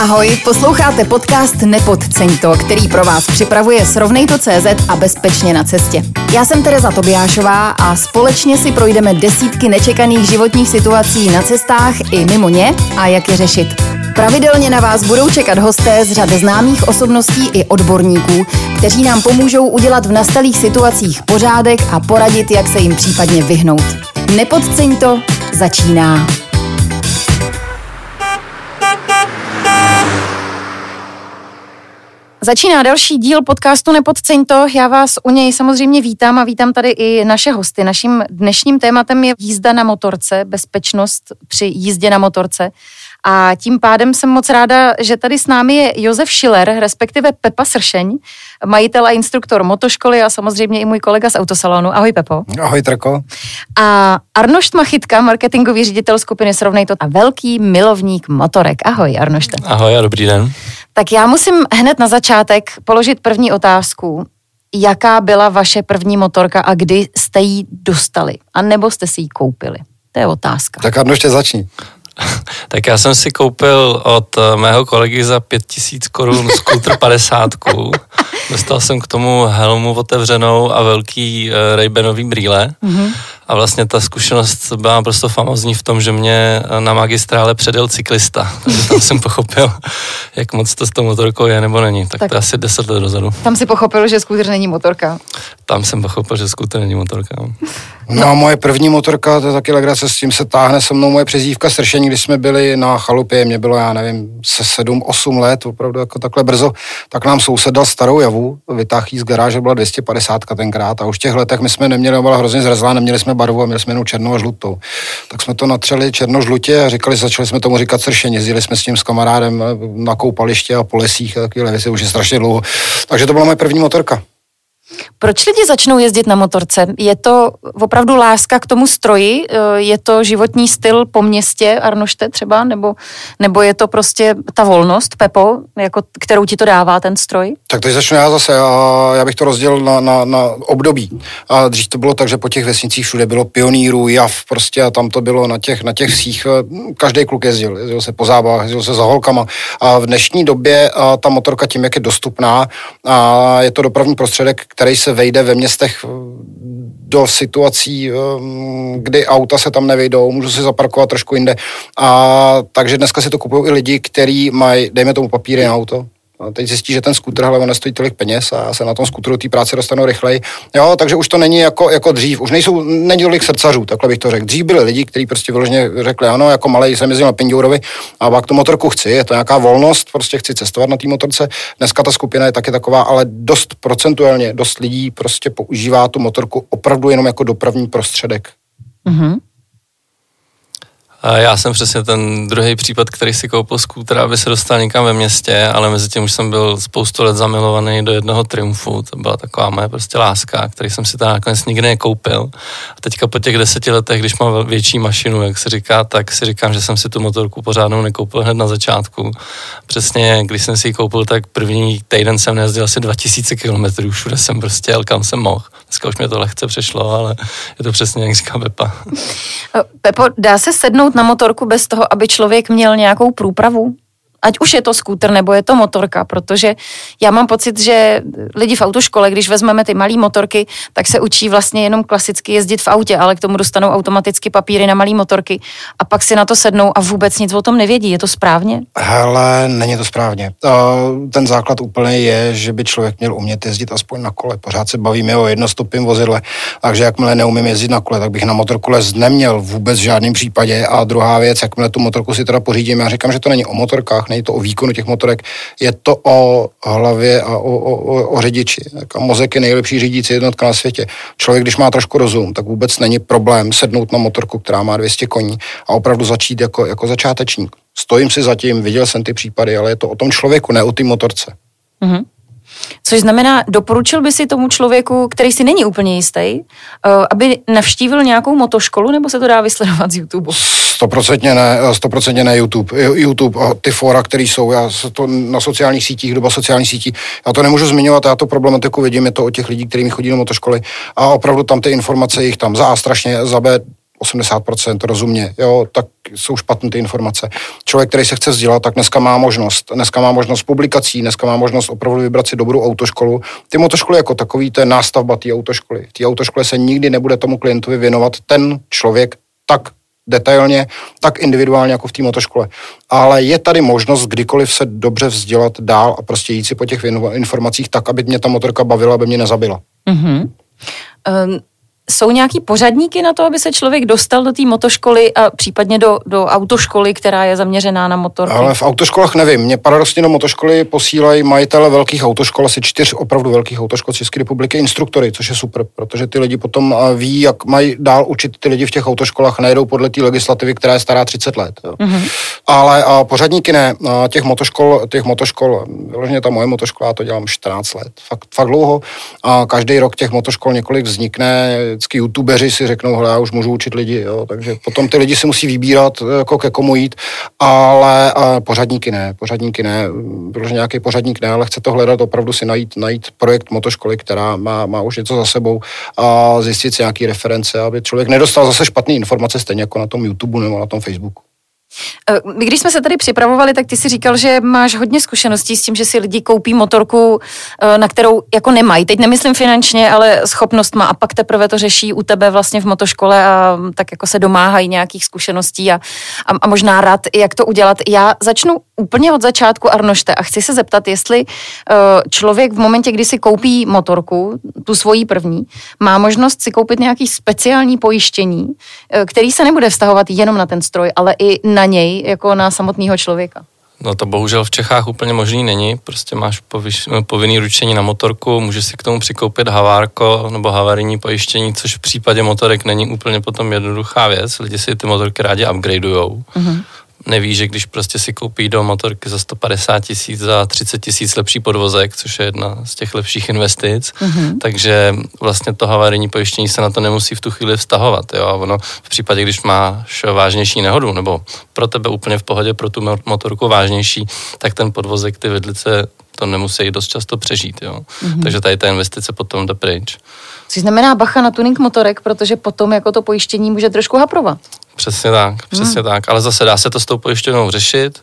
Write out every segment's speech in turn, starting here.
Ahoj, posloucháte podcast Nepodceň to, který pro vás připravuje Srovnej.cz a Bezpečně na cestě. Já jsem Tereza Tobiášová a společně si projdeme desítky nečekaných životních situací na cestách i mimo ně a jak je řešit. Pravidelně na vás budou čekat hosté z řady známých osobností i odborníků, kteří nám pomůžou udělat v nastalých situacích pořádek a poradit, jak se jim případně vyhnout. Nepodceň to začíná. Začíná další díl podcastu Nepodceň to. Já vás u něj samozřejmě vítám a vítám tady i naše hosty. Naším dnešním tématem je jízda na motorce, bezpečnost při jízdě na motorce. A tím pádem jsem moc ráda, že tady s námi je Josef Schiller, respektive Pepa Sršeň, majitel a instruktor motoškoly a samozřejmě i můj kolega z autosalonu. Ahoj Pepo. Ahoj Trko. A Arnošt Machytka, marketingový ředitel skupiny Srovnej to a velký milovník motorek. Ahoj Arnošte. Ahoj a dobrý den. Tak já musím hned na začátek položit první otázku. Jaká byla vaše první motorka a kdy jste ji dostali? A nebo jste si ji koupili? To je otázka. Tak Arnoště začni. Tak já jsem si koupil od mého kolegy za 5000 korun skútr 50. Dostal jsem k tomu helmu otevřenou a velký Ray-Banový brýle. Mm-hmm. A vlastně ta zkušenost byla prostě famózní v tom, že mě na magistrále předjel cyklista. Takže tam jsem pochopil, jak moc to s tou motorkou je nebo není. Tak to je asi 10 let dozadu. Tam si pochopil, že skútr není motorka. Tam jsem pochopil, že skútr není motorka. No a moje první motorka, to je taky legrace, s tím se táhne se mnou moje přezdívka Sršení, když jsme byli na chalupě, mě bylo, já nevím, 7-8 let, opravdu jako takhle brzo, tak nám soused dal starou Javu, vytáhl jí z garáže, byla 250 tenkrát a už v těch letech my jsme neměli, byla hrozně zrezlá, neměli jsme barvu a měli jsme jenom černou a žlutou. Tak jsme to natřeli černožlutě a začali jsme tomu říkat Sršení, jezdili jsme s tím s kamarádem na koupaliště a po lesích a takové věci, už je strašně dlouho. Takže to byla moje první motorka. Proč lidi začnou jezdit na motorce? Je to opravdu láska k tomu stroji? Je to životní styl po městě, Arnošte třeba? Nebo je to prostě ta volnost, Pepo, jako, kterou ti to dává ten stroj? Tak teď začnu já zase. Já bych to rozdělil na období. A dřív to bylo tak, že po těch vesnicích všude bylo pionýrů, jav prostě a tam to bylo na těch vsích. Každý kluk jezdil se po zábavách, jezdil se za holkama. A v dnešní době ta motorka tím, jak je dostupná, a je to dopravní prostředek, který se vejde ve městech do situací, kdy auta se tam nevejdou, můžu si zaparkovat trošku jinde. A takže dneska si to kupují i lidi, kteří mají, dejme tomu, papíry na auto. A teď zjistí, že ten skútr hlavně nestojí tolik peněz a se na tom skútru té práce dostanou rychleji. Jo, takže už to není jako dřív. Už není tolik srdcařů, takhle bych to řekl. Dřív byli lidi, kteří prostě vyloženě řekli, ano, jako malej jsem jezdil na Pindourovi a pak tu motorku chci, je to nějaká volnost, prostě chci cestovat na té motorce. Dneska ta skupina je taky taková, ale dost procentuálně, dost lidí prostě používá tu motorku opravdu jenom jako dopravní prostředek. Mhm. Já jsem přesně ten druhý případ, který si koupil skútr, aby se dostal někam ve městě, ale mezi tím už jsem byl spoustu let zamilovaný do jednoho Triumfu. To byla taková moje prostě láska, který jsem si tam nakonec nikdy nekoupil. A teďka po těch 10 letech, když mám větší mašinu, jak se říká, tak si říkám, že jsem si tu motorku pořádnou nekoupil hned na začátku. Přesně, když jsem si ji koupil, tak první týden jsem nejezdil asi 2000 km, všude jsem prostě jel, kam jsem mohl. Dneska už mě to lehce přešlo, ale je to přesně, jak říká Pepa. Pepo, dá se sednout na motorku bez toho, aby člověk měl nějakou průpravu? Ať už je to skútr, nebo je to motorka, protože já mám pocit, že lidi v autoškole, když vezmeme ty malé motorky, tak se učí vlastně jenom klasicky jezdit v autě, ale k tomu dostanou automaticky papíry na malé motorky a pak si na to sednou a vůbec nic o tom nevědí. Je to správně? Hele, není to správně. Ten základ úplně je, že by člověk měl umět jezdit aspoň na kole. Pořád se bavíme o jednostopém vozidle, takže jakmile neumím jezdit na kole, tak bych na motorku les neměl vůbec v žádném případě. A druhá věc, jakmile tu motorku si teda pořídím, já říkám, že to není o motorkách, není to o výkonu těch motorek, je to o hlavě a o řidiči. Mozek je nejlepší řídící jednotka na světě. Člověk, když má trošku rozum, tak vůbec není problém sednout na motorku, která má 200 koní a opravdu začít jako začátečník. Stojím si za tím, viděl jsem ty případy, ale je to o tom člověku, ne o té motorce. Mhm. Což znamená, doporučil by si tomu člověku, který si není úplně jistý, aby navštívil nějakou motoškolu, nebo se to dá vysledovat z YouTube? 100% ne YouTube a ty fóra, které jsou, já to na sociálních sítích, doba sociálních sítí, já to nemůžu zmiňovat, já to problematiku vidím, je to o těch lidí, kteří chodí do motoškoly a opravdu tam ty informace jich tam za A strašně, za B 80% rozumně, jo, tak jsou špatné ty informace. Člověk, který se chce vzdělat, tak dneska má možnost publikací, dneska má možnost opravdu vybrat si dobrou autoškolu. Ty motoškoly jako takový, to je nástavba té autoškoly. V té autoškole se nikdy nebude tomu klientovi věnovat ten člověk tak detailně, tak individuálně jako v té motoškole. Ale je tady možnost kdykoliv se dobře vzdělat dál a prostě jít si po těch informacích tak, aby mě ta motorka bavila, aby mě nezabila. Mm-hmm. Jsou nějaký pořadníky na to, aby se člověk dostal do té motoškoly a případně do autoškoly, která je zaměřená na motorky? Ale v autoškolách nevím. Mě paradoxně do motoškoly posílají majitele velkých autoškol, asi 4 opravdu velkých autoškol České republiky, instruktory, což je super, protože ty lidi potom ví, jak mají dál učit ty lidi v těch autoškolách, nejedou podle té legislativy, která je stará 30 let. Jo. Mm-hmm. Ale pořadníky ne. Těch motoškol, vyloženě ta moje motoškola, já to dělám 14 let. Fakt dlouho. A každý rok těch motoškol několik vznikne. Vždycky youtubeři si řeknou, hele, já už můžu učit lidi, jo, takže potom ty lidi si musí vybírat, jako ke komu jít, ale pořadníky ne, protože nějaký pořadník ne, ale chce to hledat, opravdu si najít projekt motoškoly, která má už něco za sebou a zjistit si nějaký reference, aby člověk nedostal zase špatné informace, stejně jako na tom YouTube nebo na tom Facebooku. Když jsme se tady připravovali, tak ty si říkal, že máš hodně zkušeností s tím, že si lidi koupí motorku, na kterou jako nemají. Teď nemyslím finančně, ale schopnostma a pak teprve to řeší u tebe vlastně v motoškole a tak jako se domáhají nějakých zkušeností a možná rad, jak to udělat. Já začnu úplně od začátku, Arnošte, a chci se zeptat, jestli člověk v momentě, kdy si koupí motorku, tu svoji první, má možnost si koupit nějaký speciální pojištění, který se nebude vztahovat jenom na ten stroj, ale i na něj, jako na samotného člověka. No to bohužel v Čechách úplně možný není, prostě máš povinný ručení na motorku, můžeš si k tomu přikoupit havárko nebo havarijní pojištění, což v případě motorek není úplně potom jednoduchá věc, lidi si ty motorky rádi upgradeujou. Mm-hmm. Neví, že když prostě si koupí do motorky za 150 000, za 30 000 lepší podvozek, což je jedna z těch lepších investic, takže vlastně to havarijní pojištění se na to nemusí v tu chvíli vztahovat. Jo? A ono v případě, když máš vážnější nehodu, nebo pro tebe úplně v pohodě, pro tu motorku vážnější, tak ten podvozek, ty vidlice, to nemusí dost často přežít. Jo? Takže tady ta investice potom jde pryč. Což znamená bacha na tuning motorek, protože potom jako to pojištění může trošku haprovat. Přesně tak, ale zase dá se to s tou pojišťovnou řešit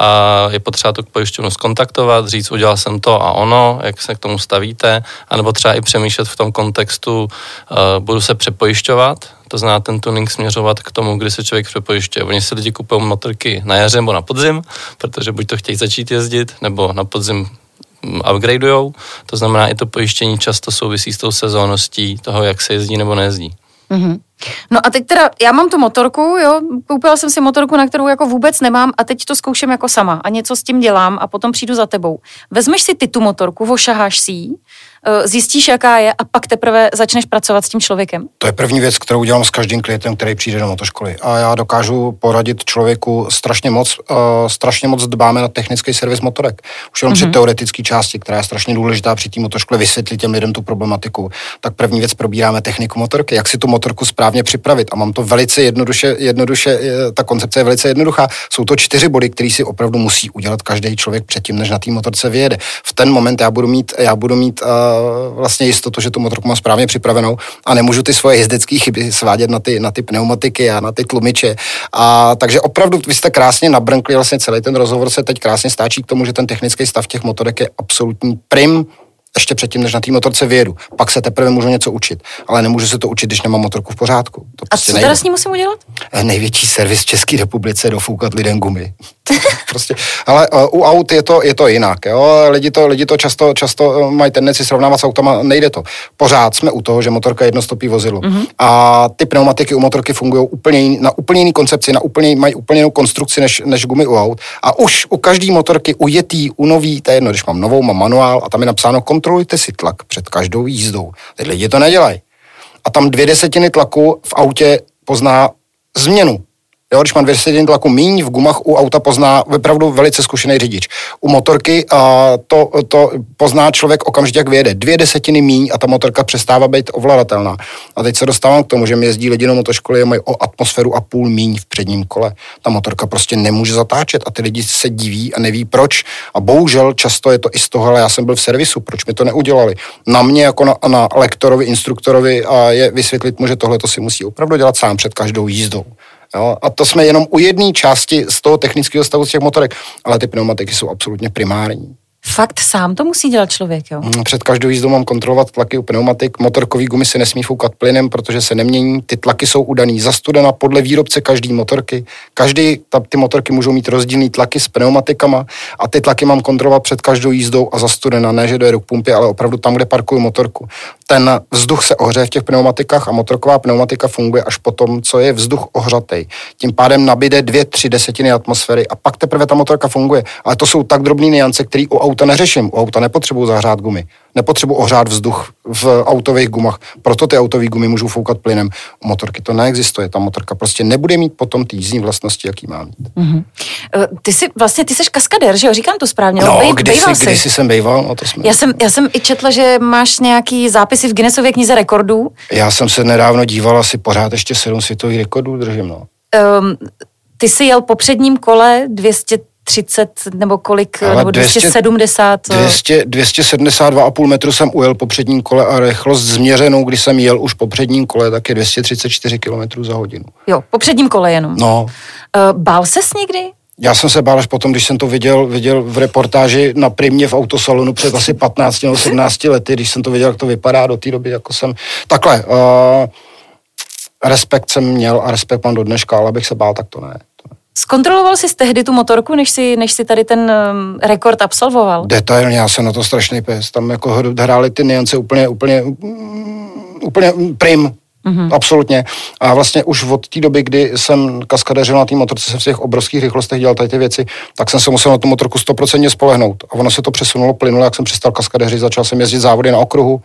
a je potřeba tu pojišťovnu zkontaktovat, říct, udělal jsem to a ono, jak se k tomu stavíte, anebo třeba i přemýšlet v tom kontextu, budu se přepojišťovat, to znamená ten tuning směřovat k tomu, kdy se člověk přepojišťuje. Oni si lidi kupují motorky na jaře nebo na podzim, protože buď to chtějí začít jezdit, nebo na podzim upgradeujou, to znamená i to pojištění často souvisí s tou sezónností toho, jak se jezdí nebo nejezdí. Mm-hmm. No a teď teda, já mám tu motorku, jo, koupila jsem si motorku, na kterou jako vůbec nemám a teď to zkouším jako sama a něco s tím dělám a potom přijdu za tebou. Vezmeš si ty tu motorku, ošaháš si ji, zjistíš, jaká je a pak teprve začneš pracovat s tím člověkem. To je první věc, kterou dělám s každým klientem, který přijde do motoškoly. A já dokážu poradit člověku strašně moc dbáme na technický servis motorek. Už jenom při teoretické části, která je strašně důležitá při té motoškole vysvětlit těm lidem tu problematiku. Tak první věc probíráme techniku motorky, jak si tu motorku správně připravit. A mám to velice jednoduše, ta koncepce je velice jednoduchá. Jsou to 4 body, které si opravdu musí udělat každý člověk předtím, než na té motorce vyjede. V ten moment já budu mít vlastně jistotu, že tu motorku mám správně připravenou a nemůžu ty svoje jezdecké chyby svádět na ty pneumatiky a na ty tlumiče. A takže opravdu vy jste krásně nabrnkli, vlastně celý ten rozhovor se teď krásně stáčí k tomu, že ten technický stav těch motorek je absolutní prim ještě předtím, než na té motorce vyjedu. Pak se teprve můžu něco učit, ale nemůžu se to učit, když nemám motorku v pořádku. To prostě a co teda s ní musím udělat? Největší servis v České republice je dofoukat lidem gumy. Prostě, ale u aut je to jinak. Jo? Lidi to často mají tendenci srovnávat s autama, nejde to. Pořád jsme u toho, že motorka je jednostopý vozidlo. A ty pneumatiky u motorky fungují na úplně jiný koncepci, mají úplně jinou konstrukci než gumy u aut. A už u každé motorky, u Yeti, u nový, to je jedno, když mám novou, mám manuál a tam je napsáno kontrolujte si tlak před každou jízdou. Teď lidi to nedělají. A tam 0,2 tlaku v autě pozná změnu. Jo, když mám 200 tlaku míň v gumách, u auta pozná opravdu velice zkušený řidič. U motorky to pozná člověk okamžitě, jak vyjede. 0,2 míň a ta motorka přestává být ovladatelná. A teď se dostávám k tomu, že mi jezdí lidi do motoškoly a mají o atmosféru a půl míň v předním kole. Ta motorka prostě nemůže zatáčet a ty lidi se diví a neví proč. A bohužel často je to i z toho, ale já jsem byl v servisu, proč mi to neudělali. Na mě jako na lektorovi, instruktorovi a je vysvětlit mu, že tohle to si musí opravdu dělat sám před každou jízdou. Jo, a to jsme jenom u jedné části z toho technického stavu z těch motorek, ale ty pneumatiky jsou absolutně primární. Fakt sám to musí dělat člověk, jo? Před každou jízdou mám kontrolovat tlaky u pneumatik. Motorkový gumy se nesmí foukat plynem, protože se nemění. Ty tlaky jsou udaný za studena podle výrobce každý motorky. Ty motorky můžou mít rozdílný tlaky s pneumatikama a ty tlaky mám kontrolovat před každou jízdou a za studena. Ne, že dojedu k pumpě, ale opravdu tam, kde parkuju motorku. Ten vzduch se ohřeje v těch pneumatikách a motorková pneumatika funguje až potom, co je vzduch ohřatej. Tím pádem nabíde 2/3 atmosféry a pak teprve ta motorka funguje. Ale to jsou tak drobné nuance, které u auta neřeším. U auta nepotřebuji zahřát gumy. Nepotřebuji ohřát vzduch v autových gumách. Proto ty autové gumy můžou foukat plynem. U motorky to neexistuje. Ta motorka prostě nebude mít potom ty jízdní vlastnosti, jaký má mít. Mm-hmm. Ty jsi kaskadér, že jo? Říkám to správně. No, kdysi jsem bejval. No, to jsme... Já jsem i četla, že máš nějaký zápisy v Guinnessově knize rekordů. Já jsem se nedávno díval, asi pořád ještě 7 světových rekordů držím, no. Ty jsi jel po předním kole 230 nebo kolik, ale nebo 270. 272,5 metru jsem ujel po předním kole a rychlost změřenou, když jsem jel už po předním kole, tak je 234 km za hodinu. Jo, po předním kole jenom. No. Bál ses někdy? Já jsem se bál až potom, když jsem to viděl v reportáži na Primě v autosalonu před asi 15 nebo 17 lety, když jsem to viděl, jak to vypadá do té doby, jako jsem... Takhle, respekt jsem měl a respekt mám do dneška, ale abych se bál, tak to ne. Zkontroloval jsi tehdy tu motorku, než jsi tady ten rekord absolvoval? Detailně, já jsem na to strašný pes. Tam jako hrály ty nuance úplně prim. Mm-hmm. Absolutně. A vlastně už od té doby, kdy jsem kaskadeřil na té motorce se v těch obrovských rychlostech dělal tady ty věci, tak jsem se musel na tu motorku 100% spolehnout. A ono se to přesunulo plynulo, jak jsem přestal kaskadeřit, začal jsem jezdit závody na okruhu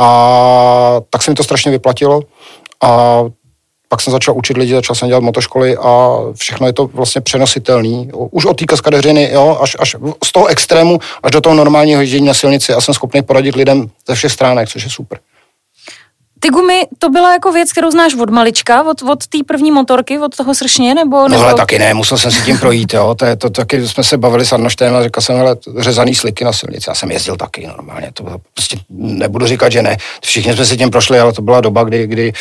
a tak se mi to strašně vyplatilo. A pak jsem začal učit lidi, začal jsem dělat motoškoly a všechno je to vlastně přenositelný. Už od té kaskadeřiny, jo, až z toho extrému, až do toho normálního ježdění na silnici a jsem schopný poradit lidem ze všech stránek, což je super. Ty gumy, to byla jako věc, kterou znáš od malička, od té první motorky, od toho sršně, nebo... No ale taky ne, musel jsem si tím projít, jo, to taky jsme se bavili s Arnoštem a říkal jsem, hele, řezaný sliky na silnici, já jsem jezdil taky normálně, to bylo prostě, nebudu říkat, že ne, všichni jsme si tím prošli, ale to byla doba, kdy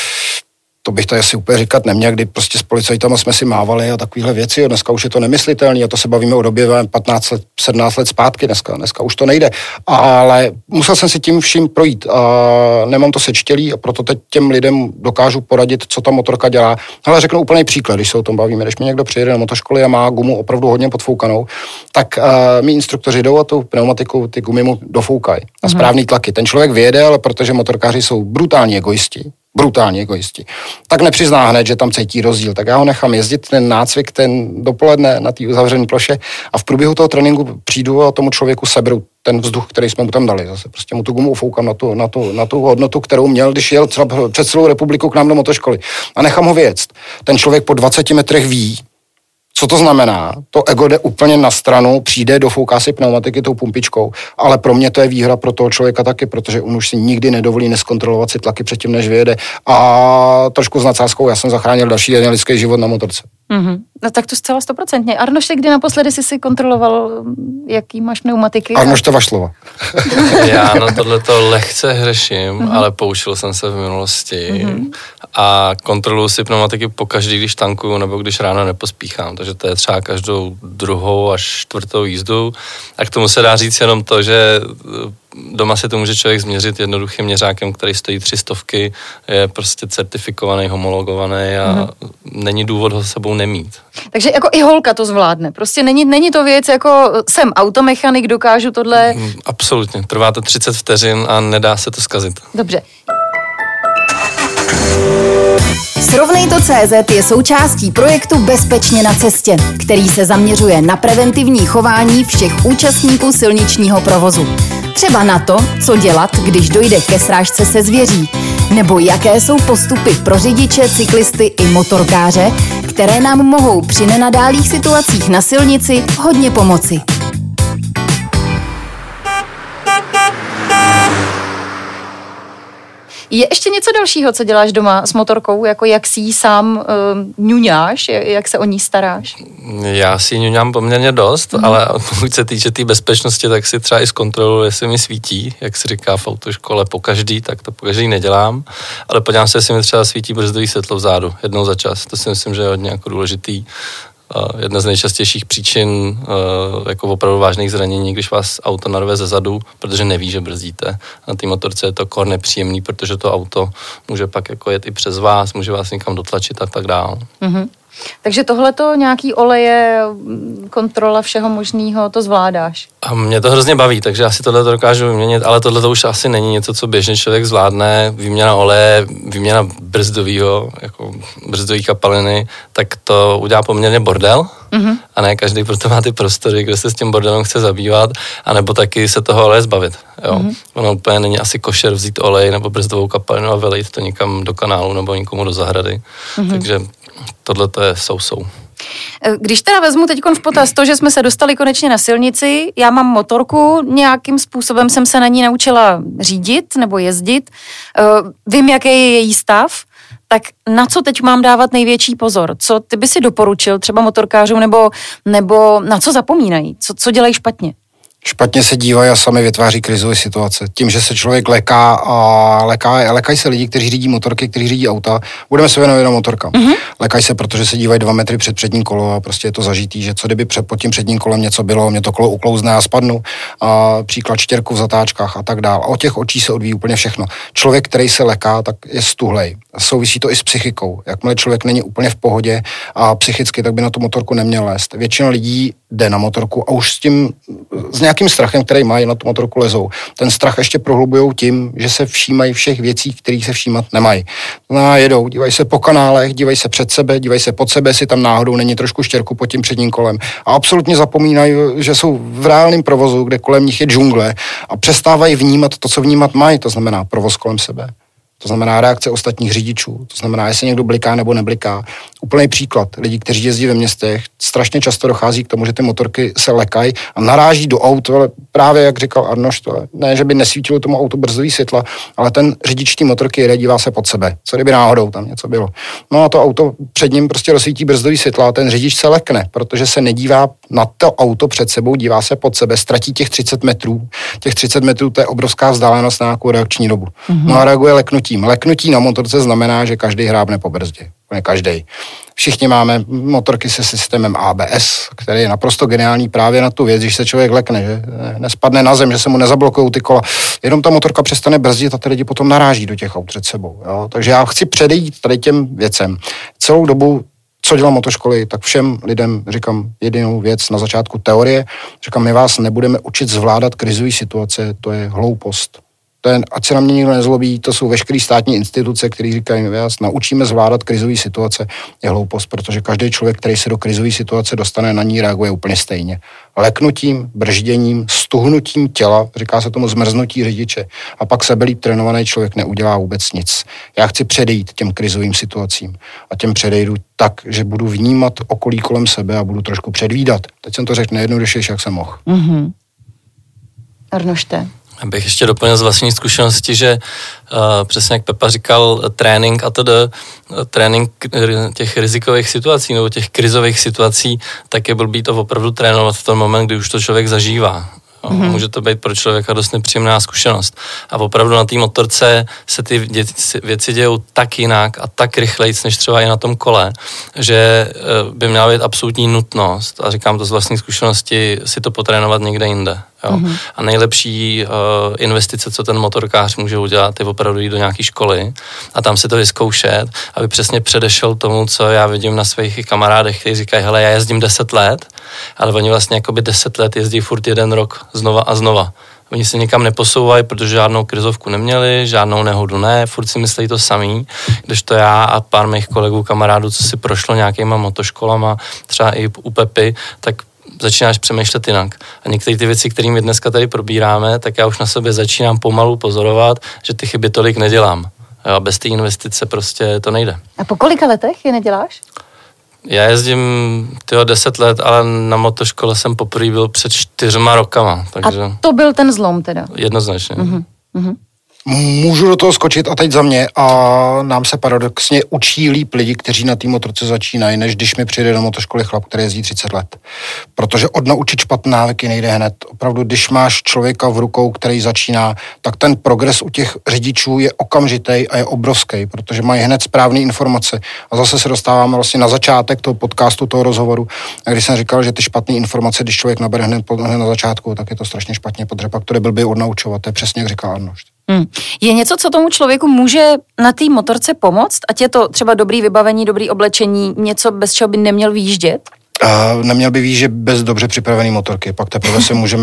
to bych tady asi úplně říkat neměl, kdy prostě s policajtama jsme si mávali a takovéhle věci. Jo. Dneska už je to nemyslitelné a to se bavíme o době 15 let, 17 let zpátky. Dneska už to nejde. Ale musel jsem si tím vším projít a nemám to sečtělý a proto teď těm lidem dokážu poradit, co ta motorka dělá. Ale řeknu úplný příklad, když se o tom bavíme. Když mi někdo přijede na motoškoly a má gumu opravdu hodně podfoukanou, tak mí instruktoři jdou a tu pneumatiku, ty gumy mu dofoukají na správný tlaky. Ten člověk vyjede, ale protože motorkáři jsou brutální egoisti, tak nepřizná hned, že tam cítí rozdíl. Tak já ho nechám jezdit, ten nácvik, ten dopoledne na té uzavřené ploše a v průběhu toho tréninku přijdu a tomu člověku seberu ten vzduch, který jsme mu tam dali. Zase prostě mu tu gumu ufoukám na tu hodnotu, kterou měl, když jel třeba před celou republiku k nám do motoškoly. A nechám ho vyjet. Ten člověk po 20 metrech ví, co to znamená? To ego jde úplně na stranu, přijde, dofouká si pneumatiky tou pumpičkou, ale pro mě to je výhra pro toho člověka taky, protože on už si nikdy nedovolí neskontrolovat si tlaky předtím, než vyjede. A trošku s nadsázkou, já jsem zachránil další jeden lidský život na motorce. Mm-hmm. No tak to zcela 100%. Arnošte, kdy naposledy jsi si kontroloval, jaký máš pneumatiky? Arnošte Vašlova. Já na tohleto lehce hřeším, ale poučil jsem se v minulosti a kontroluji si pneumatiky pokaždý, když tankuju nebo když ráno nepospíchám, takže to je třeba každou 2. až 4. jízdu. A k tomu se dá říct jenom to, že doma si to může člověk změřit jednoduchým měřákem, který stojí 300, je prostě certifikovaný, homologovaný a není důvod ho sebou nemít. Takže jako i holka to zvládne. Prostě není to věc jako jsem automechanik, dokážu tohle... Absolutně. Trvá to 30 vteřin a nedá se to zkazit. Dobře. Srovnej.cz je součástí projektu Bezpečně na cestě, který se zaměřuje na preventivní chování všech účastníků silničního provozu. Třeba na to, co dělat, když dojde ke srážce se zvěří, nebo jaké jsou postupy pro řidiče, cyklisty i motorkáře, které nám mohou při nenadálých situacích na silnici hodně pomoci. Je ještě něco dalšího, co děláš doma s motorkou, jako jak si ji sám ňuňáš, jak se o ní staráš? Já si ňuňám poměrně dost, ale pokud se týče té bezpečnosti, tak si třeba i zkontroluji, jestli mi svítí, jak se říká v autoškole pokaždý, tak to pokaždý nedělám, ale podívám se, jestli mi třeba svítí brzdový světlo vzadu, jednou za čas. To si myslím, že je hodně jako důležitý. Jedna z nejčastějších příčin jako opravdu vážných zranění, když vás auto narve ze zadu, protože neví, že brzdíte. Na té motorce je to kor nepříjemný, protože to auto může pak jako jet i přes vás, může vás někam dotlačit a tak dál. Mm-hmm. Takže tohleto nějaký oleje, kontrola všeho možného, to zvládáš? A mě to hrozně baví, takže já si tohleto dokážu vyměnit, ale tohleto už asi není něco, co běžně člověk zvládne. Výměna oleje, výměna brzdový kapaliny, tak to udělá poměrně bordel. Mm-hmm. A ne každý proto má ty prostory, kde se s tím bordelem chce zabývat, anebo taky se toho oleje zbavit. Jo. Mm-hmm. Ono úplně není asi košer vzít olej nebo brzdovou kapalinu a vylejt to někam do kanálu nebo někomu do zahrady. Mm-hmm. Takže tohle to je sousou. Když teda vezmu teď v potaz to, že jsme se dostali konečně na silnici, já mám motorku, nějakým způsobem jsem se na ní naučila řídit nebo jezdit, vím, jaký je její stav, tak na co teď mám dávat největší pozor? Co ty by si doporučil třeba motorkářům nebo na co zapomínají? Co dělají špatně? Špatně se dívají a sami vytváří krizové situace. Tím, že se člověk lekají se lidi, kteří řídí motorky, kteří řídí auta. Budeme se věnovat jenom motorkám. Mm-hmm. Lekají se, protože se dívají 2 metry před předním kolo a prostě je to zažitý, že co kdyby pod tím předním kolem něco bylo, mě to kolo uklouzne a spadnu. A příklad štěrku v zatáčkách a tak dál. A od těch očí se odvíjí úplně všechno. Člověk, který se leká, tak je stuhlej. Souvisí to i s psychikou. Jakmile člověk není úplně v pohodě a psychicky, tak by na tu motorku neměl lézt. Většina lidí jde na motorku a už s nějakým strachem, který mají, na tu motorku lezou. Ten strach ještě prohlubujou tím, že se všímají všech věcí, kterých se všímat nemají. Jedou, dívají se po kanálech, dívají se před sebe, dívají se pod sebe, jestli tam náhodou není trošku štěrku pod tím předním kolem. A absolutně zapomínají, že jsou v reálném provozu, kde kolem nich je džungle a přestávají vnímat to, co vnímat mají, to znamená provoz kolem sebe. To znamená reakce ostatních řidičů, to znamená, jestli někdo bliká nebo nebliká. Úplný příklad. Lidi, kteří jezdí ve městech, strašně často dochází k tomu, že ty motorky se lekají a naráží do aut, ale právě jak říkal Arnoš, ne, že by nesvítilo tomu autu brzdový světla, ale ten řidič té motorky jede, dívá se pod sebe. Co kdyby náhodou tam něco bylo. No a to auto před ním prostě rozsvítí brzdový světla a ten řidič se lekne, protože se nedívá na to auto před sebou, dívá se pod sebe, ztratí těch 30 metrů. Těch 30 metrů to je obrovská vzdálenost na nějakou reakční dobu. Mm-hmm. No a reaguje leknutím. Leknutí na motorce znamená, že každý hrábne po brzdě. Ne každý. Všichni máme motorky se systémem ABS, který je naprosto geniální právě na tu věc, když se člověk lekne, že nespadne na zem, že se mu nezablokují ty kola. Jenom ta motorka přestane brzdit a ty lidi potom naráží do těch aut před sebou. Jo? Takže já chci předejít tady těm věcem. Celou dobu, co dělám motoškoly, tak všem lidem říkám jedinou věc na začátku teorie. Říkám, my vás nebudeme učit zvládat krizové situace, to je hloupost. Ať se na mě nikdo nezlobí, to jsou veškeré státní instituce, které říkají, my vás naučíme zvládat krizové situace, je hloupost, protože každý člověk, který se do krizové situace dostane, na ní reaguje úplně stejně. Leknutím, bržděním, stuhnutím těla, říká se tomu zmrznutí řidiče, a pak sebelíp trénovaný člověk neudělá vůbec nic. Já chci předejít těm krizovým situacím a těm předejdu tak, že budu vnímat okolí kolem sebe a budu trošku předvídat. Teď jsem to řekl nejjednodušejší, jak jsem mohl. Mm-hmm. Arnošte. Abych ještě doplnil z vlastní zkušenosti, že přesně jak Pepa říkal, trénink a trénink těch rizikových situací nebo těch krizových situací, tak je blbý to opravdu trénovat v tom moment, kdy už to člověk zažívá. Mm-hmm. Může to být pro člověka dost nepříjemná zkušenost. A opravdu na té motorce se ty věci dějou tak jinak a tak rychlejc, než třeba i na tom kole, že by měla být absolutní nutnost, a říkám to z vlastní zkušenosti, si to potrénovat někde jinde. Jo? Mm-hmm. A nejlepší investice, co ten motorkář může udělat, je opravdu jít do nějaké školy a tam si to vyzkoušet, aby přesně předešel tomu, co já vidím na svých kamarádech, kteří říkají, hele, já jezdím 10 let, ale oni vlastně jakoby 10 let jezdí furt 1 rok znova a znova. Oni se nikam neposouvají, protože žádnou krizovku neměli, žádnou nehodu ne, furt si myslí to samý, kdežto já a pár mých kolegů, kamarádů, co si prošlo nějakýma motoškolama, třeba i u Pepy, tak začínáš přemýšlet jinak. A některé ty věci, které my dneska tady probíráme, tak já už na sobě začínám pomalu pozorovat, že ty chyby tolik nedělám. Jo, bez té investice prostě to nejde. A po kolika letech je neděláš? Já jezdím 10 let, ale na motoškole jsem poprvé byl před 4 rokama. Takže... A to byl ten zlom teda? Jednoznačně. Můžu do toho skočit a teď za mě a nám se paradoxně učí líp lidi, kteří na té motorce začínají, než když mi přijde do motoškoly chlap, který jezdí 30 let. Protože odnaučit špatné návyky nejde hned. Opravdu, když máš člověka v rukou, který začíná, tak ten progres u těch řidičů je okamžitý a je obrovský, protože mají hned správné informace. A zase se dostáváme vlastně na začátek toho podcastu, toho rozhovoru. A když jsem říkal, že ty špatné informace, když člověk nabere hned na začátku, tak je to strašně špatně, protože pak to jde blbě odnaučovat. To je přesně, jak říká Arnošt. Je něco, co tomu člověku může na té motorce pomoct? Ať je to třeba dobrý vybavení, dobrý oblečení, něco, bez čeho by neměl vyjíždět? Neměl by výjíždět bez dobře připravené motorky. Pak teprve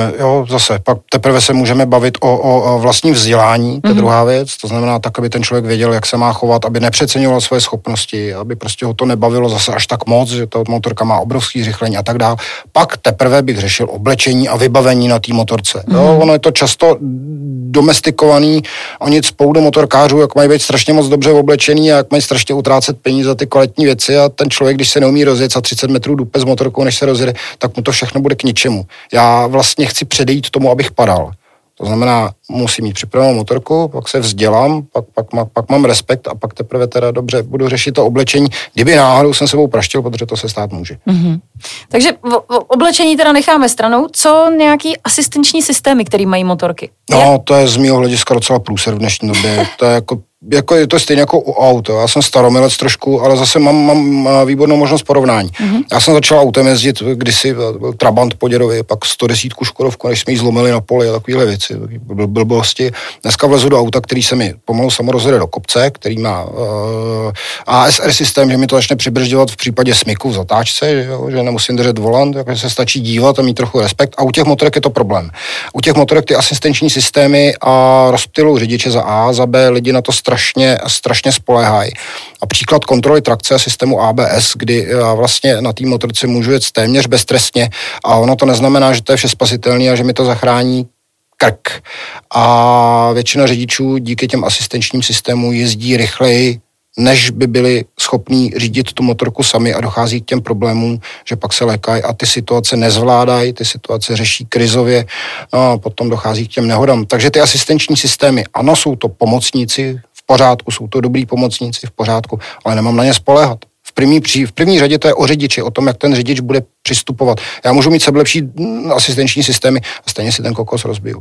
se můžeme bavit o vlastním vzdělání, to je druhá věc. To znamená tak, aby ten člověk věděl, jak se má chovat, aby nepřeceňoval svoje schopnosti, aby prostě ho to nebavilo zase až tak moc, že ta motorka má obrovský zrychlení a tak dál. Pak teprve bych řešil oblečení a vybavení na té motorce. Ono je to často domestikovaný, oni cpou do motorkářů, jak mají být strašně moc dobře oblečený a jak mají strašně utrácet peníze za ty kvalitní věci a ten člověk, když se neumí rozjet za 30 metrů dupe s motorkou, než se rozjede, tak mu to všechno bude k ničemu. Já vlastně chci předejít tomu, abych padal. To znamená, musím mít připravenou motorku, pak se vzdělám, pak mám respekt a pak teprve teda dobře budu řešit to oblečení, kdyby náhodou jsem sebou praštil, protože to se stát může. Takže oblečení teda necháme stranou. Co nějaký asistenční systémy, který mají motorky? To je z mýho hlediska docela průser v dnešní době. To je je to stejně jako u aut. Já jsem staromilec trošku, ale zase mám výbornou možnost porovnání. Já jsem začal autem jezdit kdysi Trabant po dědovi, pak 110 Škodovku, než jsme jí zlomili na poli a takovéhle věci, blbosti. Dneska vlezu do auta, který se mi pomalu samo rozjede do kopce, který má ASR systém, že mi to začne přibržďovat v případě smyku v zatáčce, že nemusím držet volant, takže se stačí dívat a mít trochu respekt. A u těch motorek je to problém. U těch motorek ty asistenční systémy a rozptylou řidiče za A, za B, lidi na to strašně spoléhají. A příklad kontroly trakce a systému ABS, kdy já vlastně na té motorce můžu jet téměř beztrestně a ono to neznamená, že to je všespasitelný a že mi to zachrání krk. A většina řidičů díky těm asistenčním systémům jezdí rychleji, než by byli schopní řídit tu motorku sami a dochází k těm problémům, že pak se lékají a ty situace nezvládají, ty situace řeší krizově a potom dochází k těm nehodám. Takže ty asistenční systémy, ano, jsou to pomocníci v pořádku, jsou to dobrý pomocníci v pořádku, ale nemám na ně spoléhat. V první řadě to je o řidiči, o tom, jak ten řidič bude přistupovat. Já můžu mít sebelepší asistenční systémy a stejně si ten kokos rozbiju.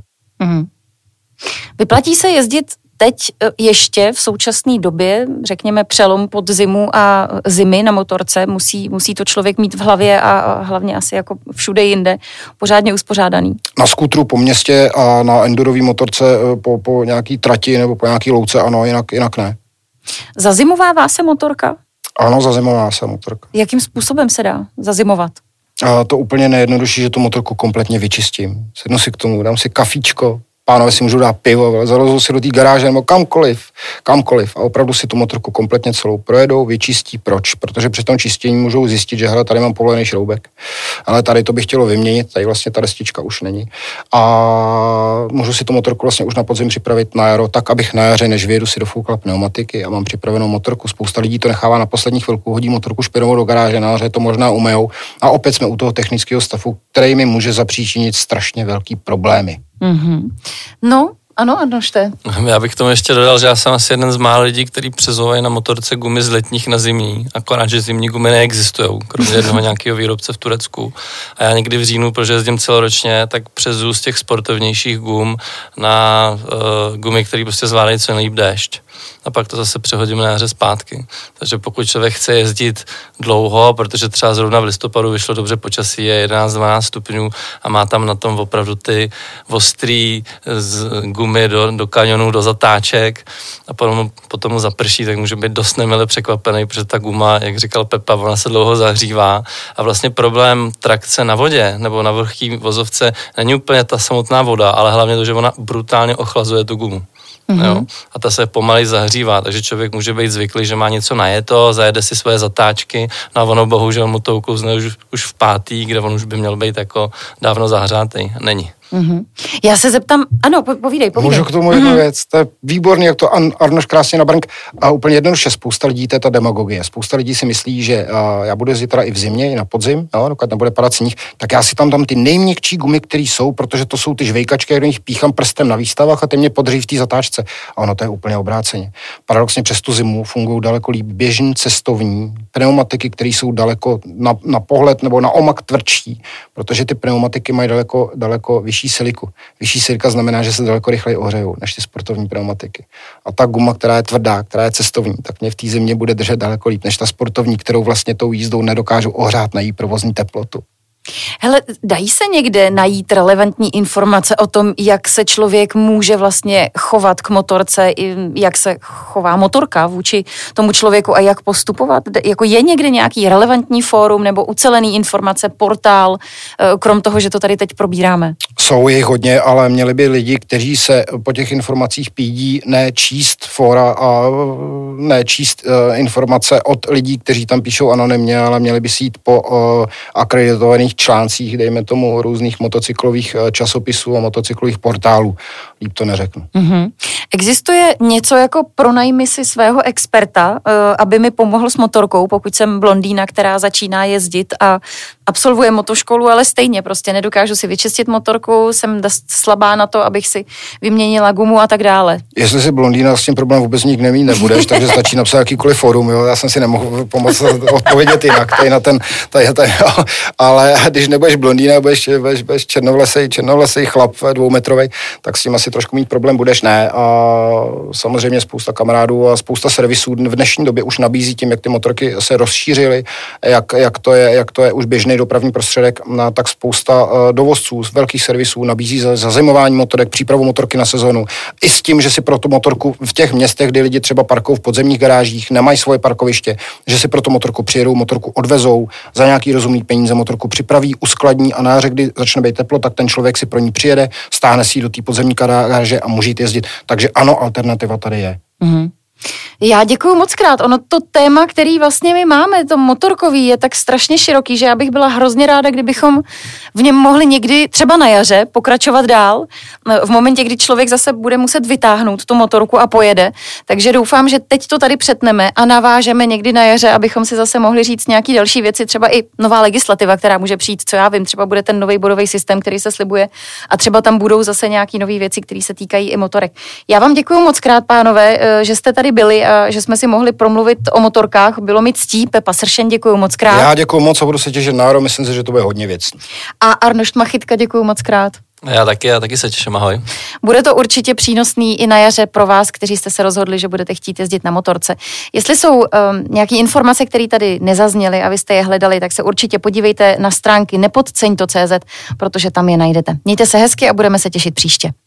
Vyplatí se jezdit teď ještě v současné době, řekněme přelom podzimu a zimy na motorce, musí to člověk mít v hlavě a hlavně asi jako všude jinde pořádně uspořádaný. Na skútru po městě a na endurový motorce po nějaký trati nebo po nějaký louce, ano, jinak ne. Zazimovává se motorka? Ano, zazimovává se motorka. Jakým způsobem se dá zazimovat? A to úplně nejjednodušší, že tu motorku kompletně vyčistím. Sednu si k tomu, dám si kafíčko, pánové si můžou dát pivo, zalezou si do té garáže nebo kamkoliv a opravdu si tu motorku kompletně celou projedou, vyčistí. Proč? Protože při tom čistění můžou zjistit, že hele, tady mám povolený šroubek, ale tady to bych chtělo vyměnit, tady vlastně ta destička už není. A můžu si tu motorku vlastně už na podzim připravit na jaro, tak abych na jaře, než vyjedu, si dofoukla pneumatiky a mám připravenou motorku. Spousta lidí to nechává na poslední chvilku, hodí motorku špinavou do garáže, na jaře to možná umejou a opět jsme u toho technického stavu, který mi může zapříčinit strašně velký problémy. No, ano, Arnošte. Já bych k tomu ještě dodal, že já jsem asi jeden z mála lidí, který přezouvají na motorce gumy z letních na zimní, akorát, že zimní gumy neexistují, kromě jednoho nějakého výrobce v Turecku. A já někdy v říjnu, protože jezdím celoročně, tak přezu z těch sportovnějších gum na gumy, které prostě zvládají co nejlíp déšť. A pak to zase přehodím na jaře zpátky. Takže pokud člověk chce jezdit dlouho, protože třeba zrovna v listopadu vyšlo dobře počasí, je 11-12 stupňů a má tam na tom opravdu ty ostrý gumy do kanionů, do zatáček a potom zaprší, tak může být dost nemile překvapený, protože ta guma, jak říkal Pepa, ona se dlouho zahřívá a vlastně problém trakce na vodě nebo na vlhký vozovce není úplně ta samotná voda, ale hlavně to, že ona brutálně ochlazuje tu gumu. Jo? A ta se pomalej zahřívá, takže člověk může být zvyklý, že má něco najeto, zajede si svoje zatáčky, no a ono bohužel mu to uklouzne už v pátý, kde on už by měl být jako dávno zahřátej. Není. Já se zeptám, ano, povídej. Můžu k tomu jednu věc, to je výborný, jak to Arnoš krásně nabrnk a úplně jednoduše, spousta lidí, to je ta demagogie, spousta lidí si myslí, že já budu jezdit teda i v zimě, i na podzim, jo, dokud nebude padat sníh, tak já si tam dám ty nejměkčí gumy, které jsou, protože to jsou ty žvejkačky, jak do nich píchám prstem na výstavách a ty mě podří v té zatáčce. A ono to je úplně obráceně. Paradoxně přes tu zimu fungují daleko líp běžní cestovní pneumatiky, které jsou daleko na pohled nebo na omak tvrdší, protože ty pneumatiky mají daleko vyšší siliku. Vyšší silika znamená, že se daleko rychleji ohřejou než ty sportovní pneumatiky. A ta guma, která je tvrdá, která je cestovní, tak mě v té zimě bude držet daleko líp než ta sportovní, kterou vlastně tou jízdou nedokážu ohřát na její provozní teplotu. Hele, dají se někde najít relevantní informace o tom, jak se člověk může vlastně chovat k motorce, jak se chová motorka vůči tomu člověku a jak postupovat? Jako je někde nějaký relevantní fórum nebo ucelený informace, portál, krom toho, že to tady teď probíráme? Jsou jich hodně, ale měli by lidi, kteří se po těch informacích pídí, nečíst fóra a nečíst informace od lidí, kteří tam píšou anonymně, ale měli by si jít po akreditovaných článcích, dejme tomu různých motocyklových časopisů a motocyklových portálů. Líp to neřeknu. Existuje něco jako pronajmi si svého experta, aby mi pomohl s motorkou, pokud jsem blondýna, která začíná jezdit a absolvuje motoškolu, ale stejně prostě nedokážu si vyčistit motorku, jsem dost slabá na to, abych si vyměnila gumu a tak dále. Jestli si blondýna, s tím problém vůbec nikdy nemít nebudeš, takže stačí napsat jakýkoliv fórum, jo? Já jsem si nemohl pomoct odpovědět jinak, ale když nebudeš blondýna, budeš černovlasej chlap 2metrovej, tak s tím asi trošku mít problém budeš, ne. A samozřejmě spousta kamarádů a spousta servisů v dnešní době už nabízí tím, jak ty motorky se rozšířily, jak to je už běžný dopravní prostředek, tak spousta dovozců z velkých servisů nabízí zazimování motorek, přípravu motorky na sezonu. I s tím, že si pro tu motorku v těch městech, kdy lidi třeba parkují v podzemních garážích, nemají svoje parkoviště, že si pro tu motorku přijedou, motorku odvezou, za nějaký rozumný peníze motorku připraví, uskladní a na jaře, kdy začne být teplo, tak ten člověk si pro ní přijede, stáhne si ji do té podzemní garáže a může jít jezdit. Takže ano, alternativa tady je. Já děkuju moc krát. Ono to téma, který vlastně my máme, to motorkový, je tak strašně široký, že já bych byla hrozně ráda, kdybychom v něm mohli někdy třeba na jaře pokračovat dál, v momentě, kdy člověk zase bude muset vytáhnout tu motorku a pojede. Takže doufám, že teď to tady přetneme a navážeme někdy na jaře, abychom si zase mohli říct nějaký další věci, třeba i nová legislativa, která může přijít, co já vím, třeba bude ten nový bodový systém, který se slibuje a třeba tam budou zase nějaký nové věci, které se týkají i motorek. Já vám děkuju moc krát, pánové, že jste tady byli a že jsme si mohli promluvit o motorkách. Bylo mi ctí. Pepa Sršen, děkuju moc krát. Já děkuju moc a budu se těšit na jaro, myslím si, že to bude hodně věcný. A Arnošt Machytka, děkuju moc krát. Já taky se těším, ahoj. Bude to určitě přínosný i na jaře pro vás, kteří jste se rozhodli, že budete chtít jezdit na motorce. Jestli jsou nějaké informace, které tady nezazněly a vy jste je hledali, tak se určitě podívejte na stránky nepodceň.cz, protože tam je najdete. Mějte se hezky a budeme se těšit příště.